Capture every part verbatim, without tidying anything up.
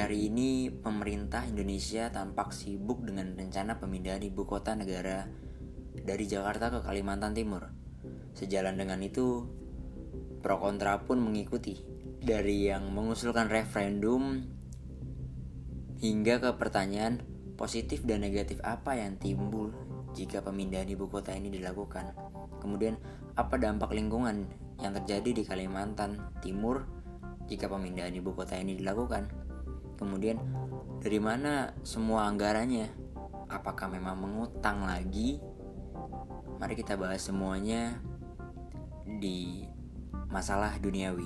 Hari-hari ini pemerintah Indonesia tampak sibuk dengan rencana pemindahan ibu kota negara dari Jakarta ke Kalimantan Timur. Sejalan dengan itu, pro kontra pun mengikuti, dari yang mengusulkan referendum hingga ke pertanyaan positif dan negatif apa yang timbul jika pemindahan ibu kota ini dilakukan. Kemudian, apa dampak lingkungan yang terjadi di Kalimantan Timur jika pemindahan ibu kota ini dilakukan? Kemudian, dari mana semua anggarannya? Apakah memang mengutang lagi? Mari kita bahas semuanya di masalah duniawi.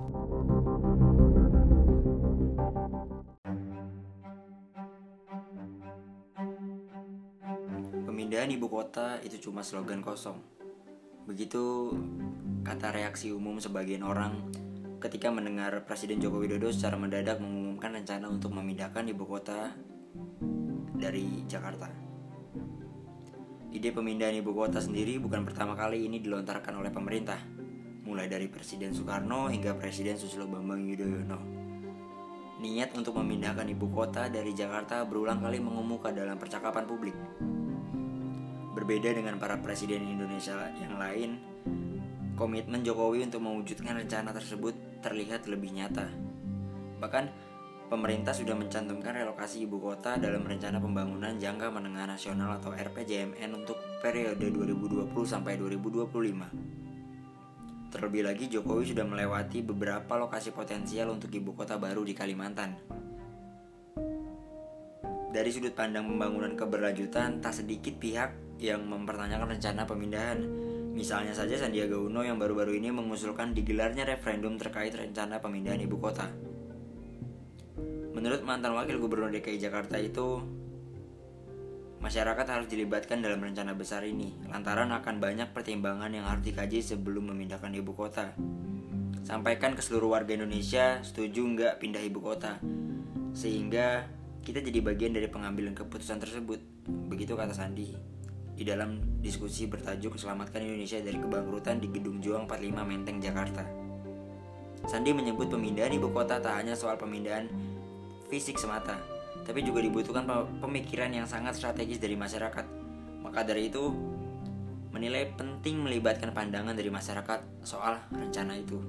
Pemindahan ibu kota itu cuma slogan kosong. Begitu kata reaksi umum sebagian orang ketika mendengar Presiden Joko Widodo secara mendadak mengumumkan rencana untuk memindahkan ibu kota dari Jakarta. Ide pemindahan ibu kota sendiri bukan pertama kali ini dilontarkan oleh pemerintah, mulai dari Presiden Soekarno hingga Presiden Susilo Bambang Yudhoyono. Niat untuk memindahkan ibu kota dari Jakarta berulang kali mengemuka dalam percakapan publik. Berbeda dengan para presiden Indonesia yang lain, komitmen Jokowi untuk mewujudkan rencana tersebut terlihat lebih nyata. Bahkan, pemerintah sudah mencantumkan relokasi ibu kota dalam rencana pembangunan jangka menengah nasional atau R P J M N untuk periode dua ribu dua puluh sampai dua ribu dua puluh lima. Terlebih lagi, Jokowi sudah melewati beberapa lokasi potensial untuk ibu kota baru di Kalimantan. Dari sudut pandang pembangunan keberlanjutan, tak sedikit pihak yang mempertanyakan rencana pemindahan. Misalnya saja Sandiaga Uno yang baru-baru ini mengusulkan digelarnya referendum terkait rencana pemindahan ibu kota. Menurut mantan wakil gubernur D K I Jakarta itu, masyarakat harus dilibatkan dalam rencana besar ini, lantaran akan banyak pertimbangan yang harus dikaji sebelum memindahkan ibu kota. Sampaikan ke seluruh warga Indonesia setuju nggak pindah ibu kota, sehingga kita jadi bagian dari pengambilan keputusan tersebut. Begitu kata Sandi di dalam diskusi bertajuk Selamatkan Indonesia dari Kebangkrutan di Gedung Juang empat puluh lima Menteng, Jakarta. Sandi menyebut pemindahan ibu kota tak hanya soal pemindahan fisik semata, tapi juga dibutuhkan pemikiran yang sangat strategis dari masyarakat. Maka dari itu, menilai penting melibatkan pandangan dari masyarakat soal rencana itu.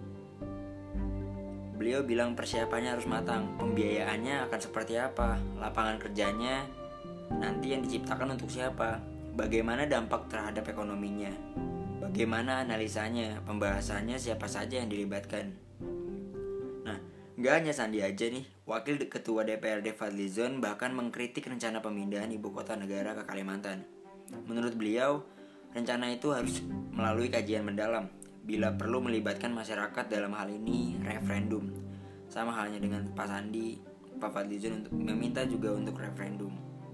Beliau bilang persiapannya harus matang, pembiayaannya akan seperti apa, lapangan kerjanya nanti yang diciptakan untuk siapa, bagaimana dampak terhadap ekonominya, bagaimana analisanya, pembahasannya, siapa saja yang dilibatkan. Nah, gak hanya Sandi aja nih, Wakil Ketua D P R D Fadlizon bahkan mengkritik rencana pemindahan ibu kota negara ke Kalimantan. Menurut beliau, rencana itu harus melalui kajian mendalam, bila perlu melibatkan masyarakat, dalam hal ini referendum. Sama halnya dengan Pak Sandi, Pak Fadlizon untuk meminta juga untuk referendum.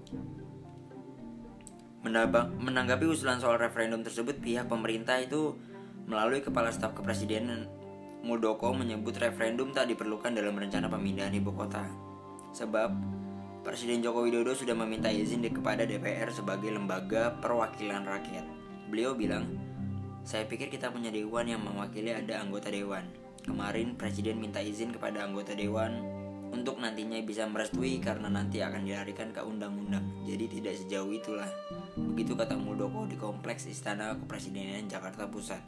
Menanggapi usulan soal referendum tersebut, pihak pemerintah itu melalui Kepala Staf Kepresidenan Muldoko menyebut referendum tak diperlukan dalam rencana pemindahan ibu kota. Sebab Presiden Joko Widodo sudah meminta izin kepada D P R sebagai lembaga perwakilan rakyat. Beliau bilang, "Saya pikir kita punya dewan yang mewakili ada anggota dewan. Kemarin Presiden minta izin kepada anggota dewan untuk nantinya bisa merestui karena nanti akan dilarikan ke undang-undang. Jadi tidak sejauh itulah." Begitu kata Muldoko di Kompleks Istana Kepresidenan Jakarta Pusat.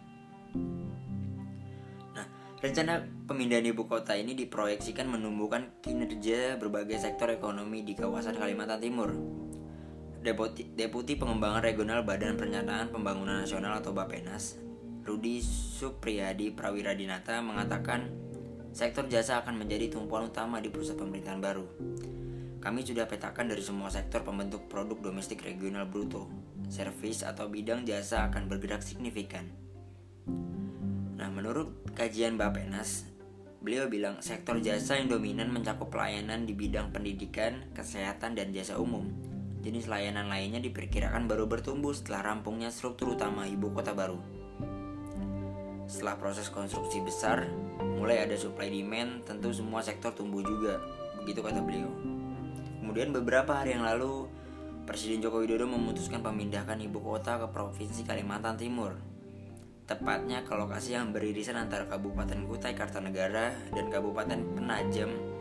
Nah, rencana pemindahan ibu kota ini diproyeksikan menumbuhkan kinerja berbagai sektor ekonomi di kawasan Kalimantan Timur. Deputi, Deputi Pengembangan Regional Badan Perencanaan Pembangunan Nasional atau Bappenas, Rudi Supriyadi Prawiradinata mengatakan sektor jasa akan menjadi tumpuan utama di pusat pemerintahan baru. Kami sudah petakan dari semua sektor pembentuk produk domestik regional bruto. Servis atau bidang jasa akan bergerak signifikan. Nah, menurut kajian Bappenas, beliau bilang sektor jasa yang dominan mencakup pelayanan di bidang pendidikan, kesehatan, dan jasa umum. Jenis layanan lainnya diperkirakan baru bertumbuh setelah rampungnya struktur utama ibu kota baru. Setelah proses konstruksi besar, mulai ada supply demand, tentu semua sektor tumbuh juga. Begitu kata beliau. Kemudian beberapa hari yang lalu, Presiden Joko Widodo memutuskan memindahkan ibu kota ke Provinsi Kalimantan Timur. Tepatnya ke lokasi yang beririsan antara Kabupaten Kutai Kartanegara dan Kabupaten Penajam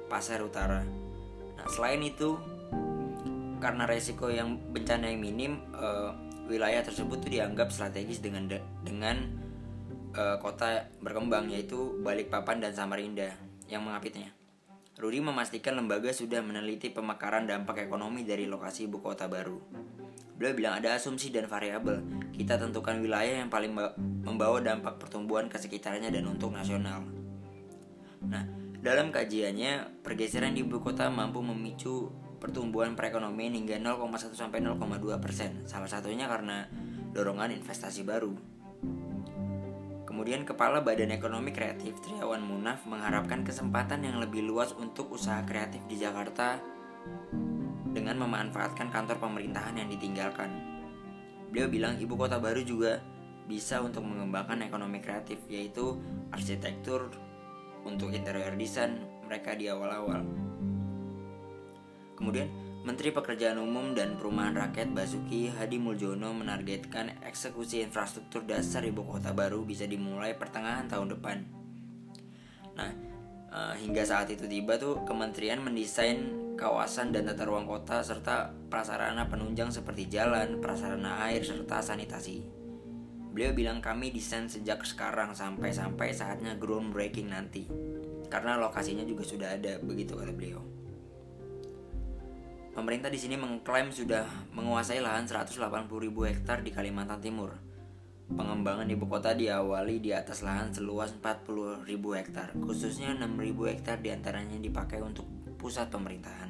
Pasar Utara. Nah, selain itu, karena resiko yang bencana yang minim, uh, wilayah tersebut tuh dianggap strategis dengan de- dengan uh, kota berkembang, yaitu Balikpapan dan Samarinda yang mengapitnya. Rudi memastikan lembaga sudah meneliti pemekaran dampak ekonomi dari lokasi ibu kota baru. Beliau bilang ada asumsi dan variabel. Kita tentukan wilayah yang paling membawa dampak pertumbuhan ke sekitarnya dan untuk nasional. Nah, dalam kajiannya, pergeseran di ibu kota mampu memicu pertumbuhan perekonomian hingga nol koma satu sampai nol koma dua persen. Salah satunya karena dorongan investasi baru. Kemudian Kepala Badan Ekonomi Kreatif Triawan Munaf mengharapkan kesempatan yang lebih luas untuk usaha kreatif di Jakarta dengan memanfaatkan kantor pemerintahan yang ditinggalkan. Beliau bilang ibu kota baru juga bisa untuk mengembangkan ekonomi kreatif, yaitu arsitektur untuk interior design mereka di awal-awal. Kemudian Menteri Pekerjaan Umum dan Perumahan Rakyat Basuki Hadi Muljono menargetkan eksekusi infrastruktur dasar ibu kota baru bisa dimulai pertengahan tahun depan. Nah, uh, hingga saat itu tiba tuh kementerian mendesain kawasan dan tata ruang kota serta prasarana penunjang seperti jalan, prasarana air serta sanitasi. Beliau bilang kami desain sejak sekarang sampai-sampai saatnya groundbreaking nanti, karena lokasinya juga sudah ada, begitu kata beliau. Pemerintah di sini mengklaim sudah menguasai lahan seratus delapan puluh ribu hektar di Kalimantan Timur. Pengembangan ibu kota diawali di atas lahan seluas empat puluh ribu hektar, khususnya enam ribu hektar diantaranya dipakai untuk pusat pemerintahan.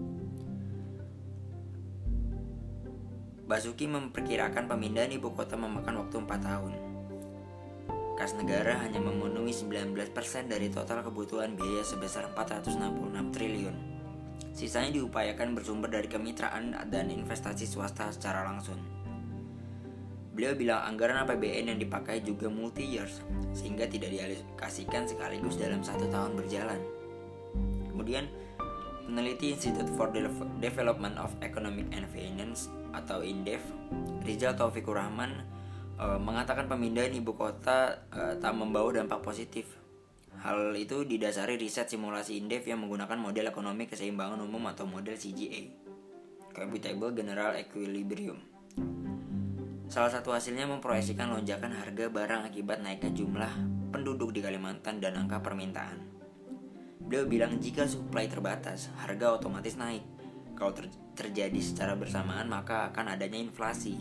Basuki memperkirakan pemindahan ibu kota memakan waktu empat tahun. Kas negara hanya memenuhi sembilan belas persen dari total kebutuhan biaya sebesar empat ratus enam puluh enam triliun. Sisanya diupayakan bersumber dari kemitraan dan investasi swasta secara langsung. Beliau bilang anggaran A P B N yang dipakai juga multi years, sehingga tidak dialokasikan sekaligus dalam satu tahun berjalan. Kemudian, peneliti Institute for Development of Economic and Finance atau INDEF, Rizal Taufikur Rahman, e, mengatakan pemindahan ibu kota e, tak membawa dampak positif. Hal itu didasari riset simulasi INDEF yang menggunakan model ekonomi keseimbangan umum atau model C G A, Computable General Equilibrium. Salah satu hasilnya memproyeksikan lonjakan harga barang akibat naiknya jumlah penduduk di Kalimantan dan angka permintaan. Beliau bilang jika supply terbatas, harga otomatis naik. Kalau ter- terjadi secara bersamaan, maka akan adanya inflasi.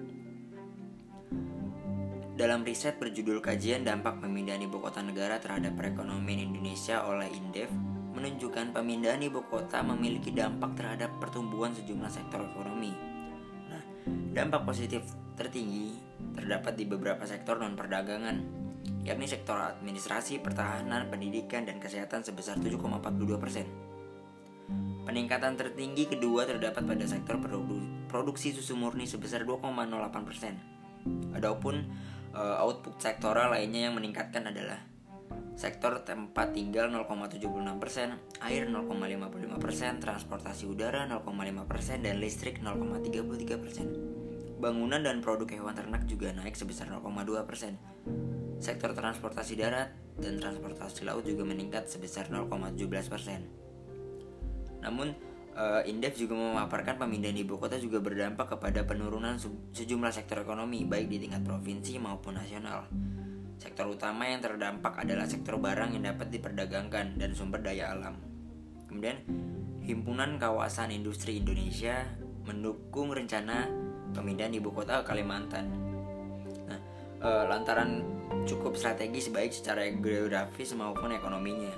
Dalam riset berjudul Kajian Dampak Pemindahan Ibu Kota Negara Terhadap Perekonomian Indonesia oleh INDEF, menunjukkan pemindahan ibu kota memiliki dampak terhadap pertumbuhan sejumlah sektor ekonomi. Nah, dampak positif tertinggi terdapat di beberapa sektor non-perdagangan, yakni sektor administrasi, pertahanan, pendidikan, dan kesehatan sebesar tujuh koma empat puluh dua persen. Peningkatan tertinggi kedua terdapat pada sektor produ- produksi susu murni sebesar dua koma nol delapan persen. Adapun uh, output sektoral lainnya yang meningkatkan adalah sektor tempat tinggal nol koma tujuh puluh enam persen, air nol koma lima puluh lima persen, transportasi udara nol koma lima persen, dan listrik nol koma tiga puluh tiga persen. Bangunan dan produk hewan ternak juga naik sebesar nol koma dua persen. Sektor transportasi darat dan transportasi laut juga meningkat sebesar nol koma tujuh belas persen. Namun, uh, INDEF juga memaparkan pemindahan ibu kota juga berdampak kepada penurunan sejumlah sektor ekonomi, baik di tingkat provinsi maupun nasional. Sektor utama yang terdampak adalah sektor barang yang dapat diperdagangkan dan sumber daya alam. Kemudian, Himpunan Kawasan Industri Indonesia mendukung rencana pemindahan ibu kota ke Kalimantan. Nah, e, lantaran cukup strategis baik secara geografis maupun ekonominya.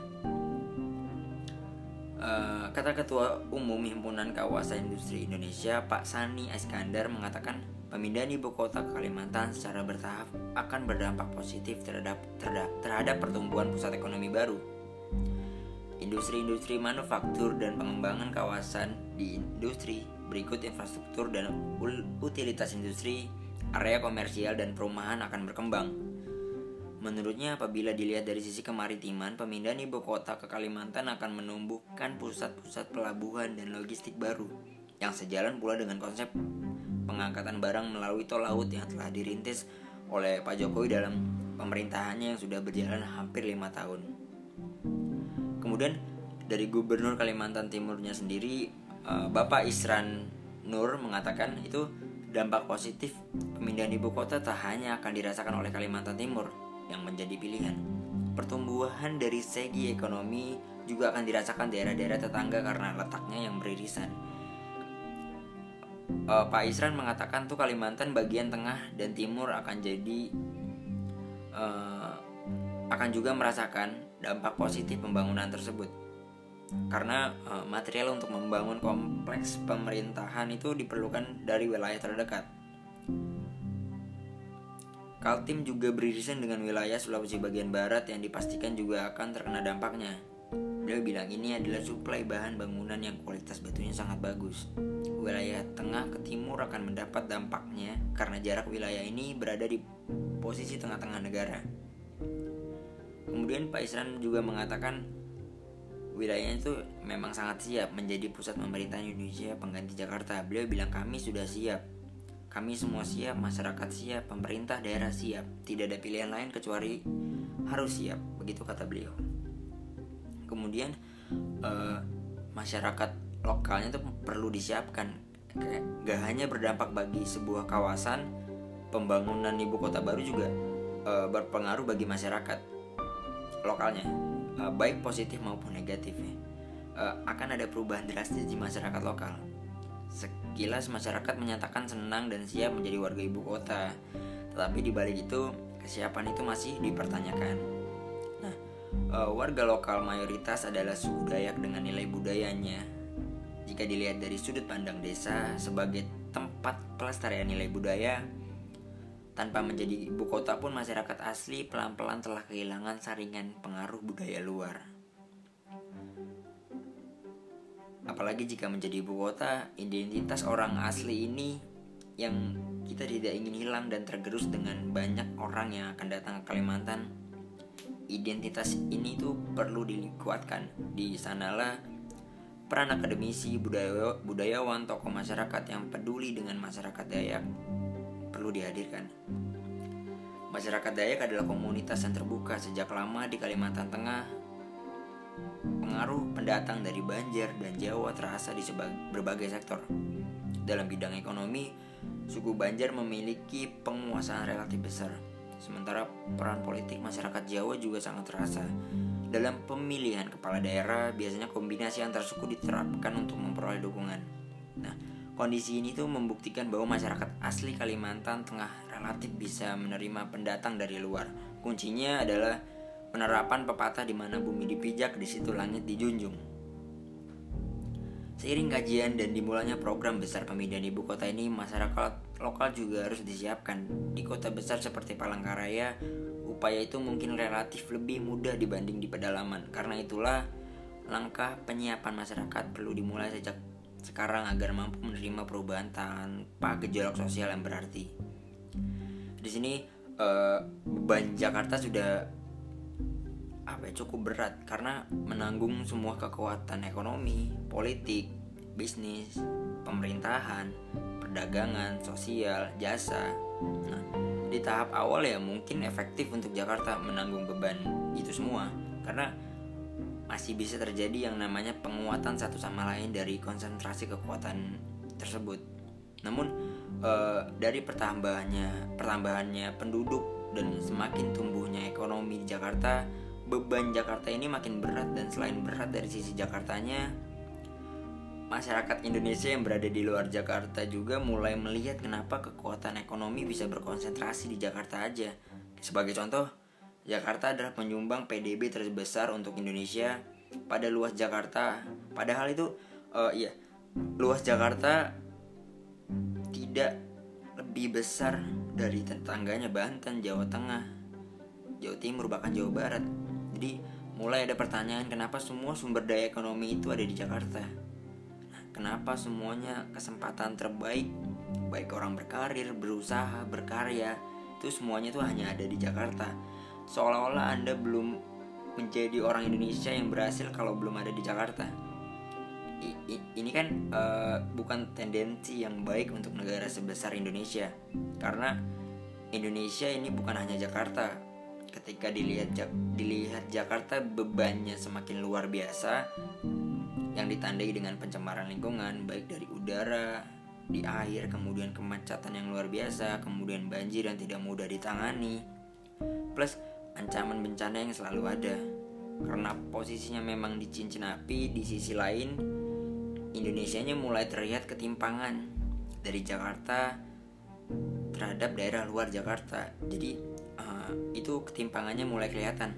E, kata Ketua Umum Himpunan Kawasan Industri Indonesia, Pak Sani Iskandar, mengatakan pemindahan ibu kota ke Kalimantan secara bertahap akan berdampak positif terhadap terhadap, terhadap pertumbuhan pusat ekonomi baru. Industri-industri manufaktur dan pengembangan kawasan di industri, berikut infrastruktur dan utilitas industri, area komersial dan perumahan akan berkembang. Menurutnya, apabila dilihat dari sisi kemaritiman, pemindahan ibu kota ke Kalimantan akan menumbuhkan pusat-pusat pelabuhan dan logistik baru, yang sejalan pula dengan konsep pengangkatan barang melalui tol laut yang telah dirintis oleh Pak Jokowi dalam pemerintahannya yang sudah berjalan hampir lima tahun. Kemudian, dari Gubernur Kalimantan Timurnya sendiri, uh, Bapak Isran Nur mengatakan itu dampak positif pemindahan ibu kota tak hanya akan dirasakan oleh Kalimantan Timur yang menjadi pilihan. Pertumbuhan dari segi ekonomi juga akan dirasakan daerah-daerah tetangga karena letaknya yang beririsan. Uh, Pak Isran mengatakan tuh Kalimantan bagian tengah dan timur akan jadi uh, akan juga merasakan dampak positif pembangunan tersebut karena uh, material untuk membangun kompleks pemerintahan itu diperlukan dari wilayah terdekat. Kaltim juga beririsan dengan wilayah Sulawesi bagian barat yang dipastikan juga akan terkena dampaknya. Beliau bilang ini adalah suplai bahan bangunan yang kualitas batunya sangat bagus. Wilayah tengah ke timur akan mendapat dampaknya karena jarak wilayah ini berada di posisi tengah-tengah negara. Kemudian Pak Isran juga mengatakan wilayahnya itu memang sangat siap menjadi pusat pemerintahan Indonesia pengganti Jakarta. Beliau bilang kami sudah siap, kami semua siap, masyarakat siap, pemerintah daerah siap. Tidak ada pilihan lain kecuali harus siap, begitu kata beliau. Kemudian eh, masyarakat lokalnya itu perlu disiapkan. Gak hanya berdampak bagi sebuah kawasan, pembangunan ibu kota baru juga eh, berpengaruh bagi masyarakat lokalnya, eh, baik positif maupun negatif ya. eh, Akan ada perubahan drastis di masyarakat lokal. Sekilas masyarakat menyatakan senang dan siap menjadi warga ibu kota, tetapi di balik itu kesiapan itu masih dipertanyakan. Nah, uh, warga lokal mayoritas adalah suku Dayak dengan nilai budayanya. Jika dilihat dari sudut pandang desa sebagai tempat pelestarian nilai budaya, tanpa menjadi ibu kota pun masyarakat asli pelan-pelan telah kehilangan saringan pengaruh budaya luar. Apalagi jika menjadi ibu kota, identitas orang asli ini yang kita tidak ingin hilang dan tergerus dengan banyak orang yang akan datang ke Kalimantan. Identitas ini tuh perlu dikuatkan. Di sanalah peran akademisi, budaya, budayawan, tokoh masyarakat yang peduli dengan masyarakat Dayak perlu dihadirkan. Masyarakat Dayak adalah komunitas yang terbuka sejak lama di Kalimantan Tengah. Pengaruh pendatang dari Banjar dan Jawa terasa di sebag- berbagai sektor. Dalam bidang ekonomi, suku Banjar memiliki penguasaan relatif besar, sementara peran politik masyarakat Jawa juga sangat terasa. Dalam pemilihan kepala daerah, biasanya kombinasi antar suku diterapkan untuk memperoleh dukungan. Nah, kondisi ini tuh membuktikan bahwa masyarakat asli Kalimantan Tengah relatif bisa menerima pendatang dari luar. Kuncinya adalah penerapan pepatah di mana bumi dipijak, di situ langit dijunjung. Seiring kajian dan dimulainya program besar pemindahan ibu kota ini, masyarakat lokal juga harus disiapkan. Di kota besar seperti Palangkaraya, upaya itu mungkin relatif lebih mudah dibanding di pedalaman. Karena itulah langkah penyiapan masyarakat perlu dimulai sejak sekarang agar mampu menerima perubahan tanpa gejolak sosial yang berarti. Di sini eh, beban Jakarta sudah apa ya, cukup berat karena menanggung semua kekuatan ekonomi, politik, bisnis, pemerintahan, perdagangan, sosial, jasa. Nah, di tahap awal ya mungkin efektif untuk Jakarta menanggung beban itu semua karena masih bisa terjadi yang namanya penguatan satu sama lain dari konsentrasi kekuatan tersebut. Namun eh, dari pertambahannya pertambahannya penduduk dan semakin tumbuhnya ekonomi di Jakarta, beban Jakarta ini makin berat. Dan selain berat dari sisi Jakartanya, masyarakat Indonesia yang berada di luar Jakarta juga mulai melihat kenapa kekuatan ekonomi bisa berkonsentrasi di Jakarta aja. Sebagai contoh, Jakarta adalah penyumbang P D B terbesar untuk Indonesia pada luas Jakarta. Padahal itu uh, iya, luas Jakarta tidak lebih besar dari tetangganya Banten, Jawa Tengah, Jawa Timur, bahkan Jawa Barat. Jadi mulai ada pertanyaan kenapa semua sumber daya ekonomi itu ada di Jakarta. Nah, kenapa semuanya kesempatan terbaik, baik orang berkarir, berusaha, berkarya, itu semuanya tuh hanya ada di Jakarta. Seolah-olah Anda belum menjadi orang Indonesia yang berhasil kalau belum ada di Jakarta. I, i, ini kan uh, bukan tendensi yang baik untuk negara sebesar Indonesia. Karena Indonesia ini bukan hanya Jakarta. ketika dilihat dilihat Jakarta bebannya semakin luar biasa, yang ditandai dengan pencemaran lingkungan baik dari udara, di air, kemudian kemacetan yang luar biasa, kemudian banjir yang tidak mudah ditangani, plus ancaman bencana yang selalu ada. Karena posisinya memang di cincin api, di sisi lain Indonesianya mulai terlihat ketimpangan dari Jakarta terhadap daerah luar Jakarta. Jadi uh, itu ketimpangannya mulai kelihatan.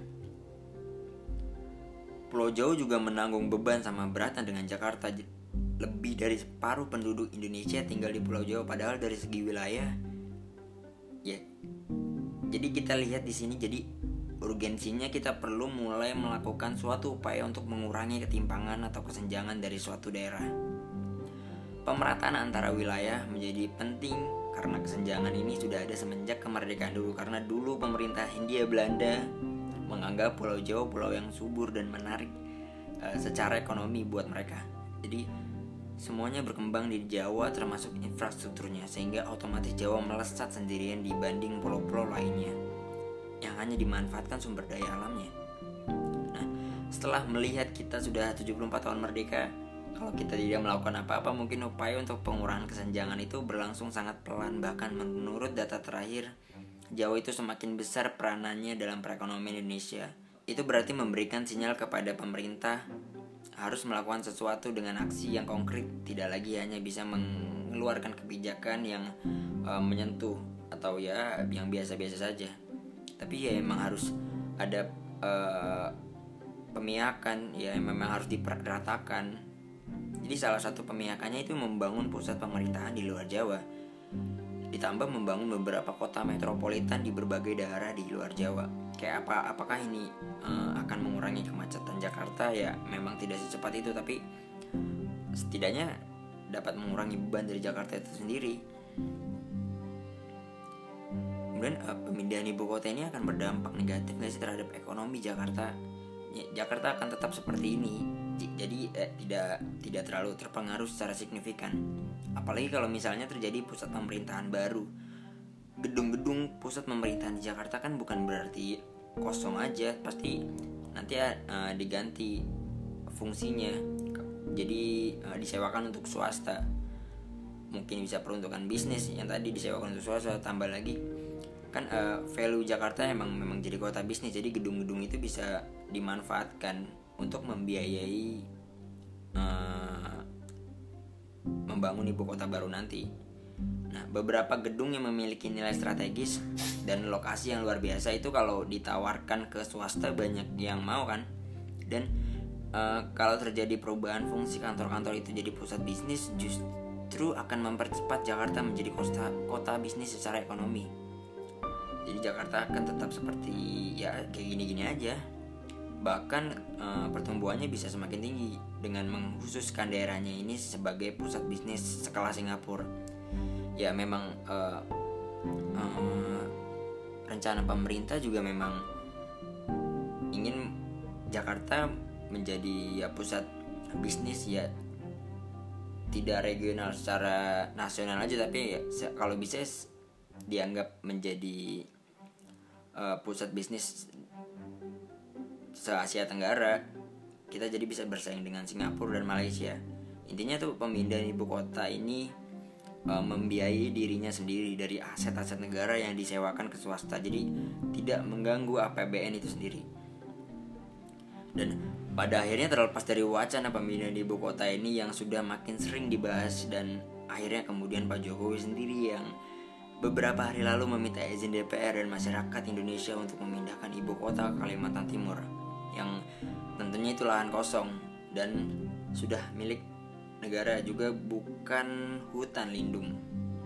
Pulau Jawa juga menanggung beban sama beratan dengan Jakarta. Lebih dari separuh penduduk Indonesia tinggal di Pulau Jawa, padahal dari segi wilayah ya. Jadi kita lihat di sini, jadi urgensinya kita perlu mulai melakukan suatu upaya untuk mengurangi ketimpangan atau kesenjangan dari suatu daerah. Pemerataan antara wilayah menjadi penting karena kesenjangan ini sudah ada semenjak kemerdekaan dulu. Karena dulu pemerintah Hindia Belanda menganggap Pulau Jawa pulau yang subur dan menarik uh, secara ekonomi buat mereka. Jadi semuanya berkembang di Jawa termasuk infrastrukturnya, sehingga otomatis Jawa melesat sendirian dibanding pulau-pulau lainnya yang hanya dimanfaatkan sumber daya alamnya. Nah, setelah melihat kita sudah tujuh puluh empat tahun merdeka, kalau kita tidak melakukan apa-apa, mungkin upaya untuk pengurangan kesenjangan itu berlangsung sangat pelan. Bahkan menurut data terakhir, Jawa itu semakin besar peranannya dalam perekonomian Indonesia. Itu berarti memberikan sinyal kepada pemerintah harus melakukan sesuatu dengan aksi yang konkret, tidak lagi hanya bisa mengeluarkan kebijakan yang uh, menyentuh atau ya yang biasa-biasa saja. Tapi ya memang harus ada uh, pemihakan, ya memang harus diperatakan. Jadi salah satu pemihakannya itu membangun pusat pemerintahan di luar Jawa, ditambah membangun beberapa kota metropolitan di berbagai daerah di luar Jawa. Kayak apa? Apakah ini uh, akan mengurangi kemacetan Jakarta? Ya memang tidak secepat itu, tapi setidaknya dapat mengurangi beban dari Jakarta itu sendiri. Kemudian uh, pemindahan ibu kota ini akan berdampak negatif nggak sih terhadap ekonomi Jakarta? Ya, Jakarta akan tetap seperti ini, jadi eh, tidak tidak terlalu terpengaruh secara signifikan. Apalagi kalau misalnya terjadi pusat pemerintahan baru. Gedung-gedung pusat pemerintahan di Jakarta kan bukan berarti kosong aja, pasti nanti uh, diganti fungsinya, jadi uh, disewakan untuk swasta. Mungkin bisa peruntukan bisnis yang tadi disewakan untuk swasta, tambah lagi kan uh, value Jakarta emang memang jadi kota bisnis, jadi gedung-gedung itu bisa dimanfaatkan untuk membiayai uh, membangun ibu kota baru nanti. Nah, beberapa gedung yang memiliki nilai strategis dan lokasi yang luar biasa itu kalau ditawarkan ke swasta banyak yang mau kan. Dan uh, kalau terjadi perubahan fungsi kantor-kantor itu jadi pusat bisnis, justru akan mempercepat Jakarta menjadi kota kota bisnis secara ekonomi. Jadi Jakarta akan tetap seperti ya kayak gini-gini aja. Bahkan e, pertumbuhannya bisa semakin tinggi dengan mengkhususkan daerahnya ini sebagai pusat bisnis sekelas Singapura. Ya memang e, e, rencana pemerintah juga memang ingin Jakarta menjadi ya pusat bisnis, ya tidak regional secara nasional aja, tapi ya kalau bisa dianggap menjadi uh, pusat bisnis se-Asia Tenggara. Kita jadi bisa bersaing dengan Singapura dan Malaysia. Intinya tuh pemindahan ibu kota ini uh, membiayai dirinya sendiri dari aset-aset negara yang disewakan ke swasta, jadi tidak mengganggu A P B N itu sendiri. Dan pada akhirnya terlepas dari wacana pemindahan ibu kota ini yang sudah makin sering dibahas, dan akhirnya kemudian Pak Jokowi sendiri yang beberapa hari lalu meminta izin D P R dan masyarakat Indonesia untuk memindahkan ibu kota ke Kalimantan Timur, yang tentunya itu lahan kosong dan sudah milik negara juga, bukan hutan lindung.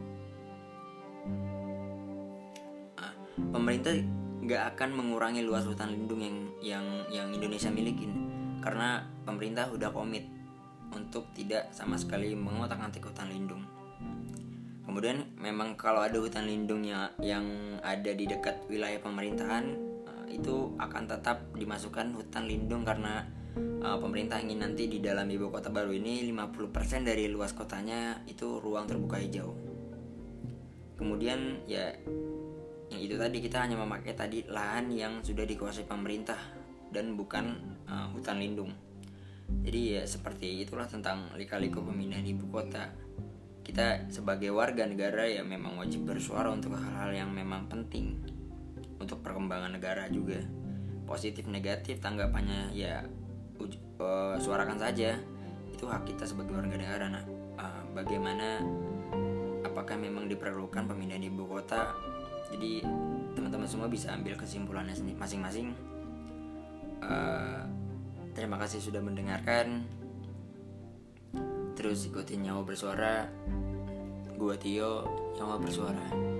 Nah, pemerintah nggak akan mengurangi luas hutan lindung yang yang yang Indonesia milikin, karena pemerintah udah komit untuk tidak sama sekali mengotak-atik hutan lindung. Kemudian memang kalau ada hutan lindung yang, yang ada di dekat wilayah pemerintahan, uh, itu akan tetap dimasukkan hutan lindung, karena uh, pemerintah ingin nanti di dalam ibu kota baru ini lima puluh persen dari luas kotanya itu ruang terbuka hijau. Kemudian ya yang itu tadi, kita hanya memakai tadi lahan yang sudah dikuasai pemerintah dan bukan uh, hutan lindung. Jadi ya seperti itulah tentang lika-liku pemindahan ibu kota. Kita sebagai warga negara ya memang wajib bersuara untuk hal-hal yang memang penting untuk perkembangan negara juga. Positif negatif tanggapannya ya uj- uh, suarakan saja. Itu hak kita sebagai warga negara. Nah, uh, bagaimana, apakah memang diperlukan pemindahan ibu kota? Jadi teman-teman semua bisa ambil kesimpulannya masing-masing. Uh, terima kasih sudah mendengarkan. Terus ikutin Nyawa Bersuara. Gua Tio, Nyawa Bersuara.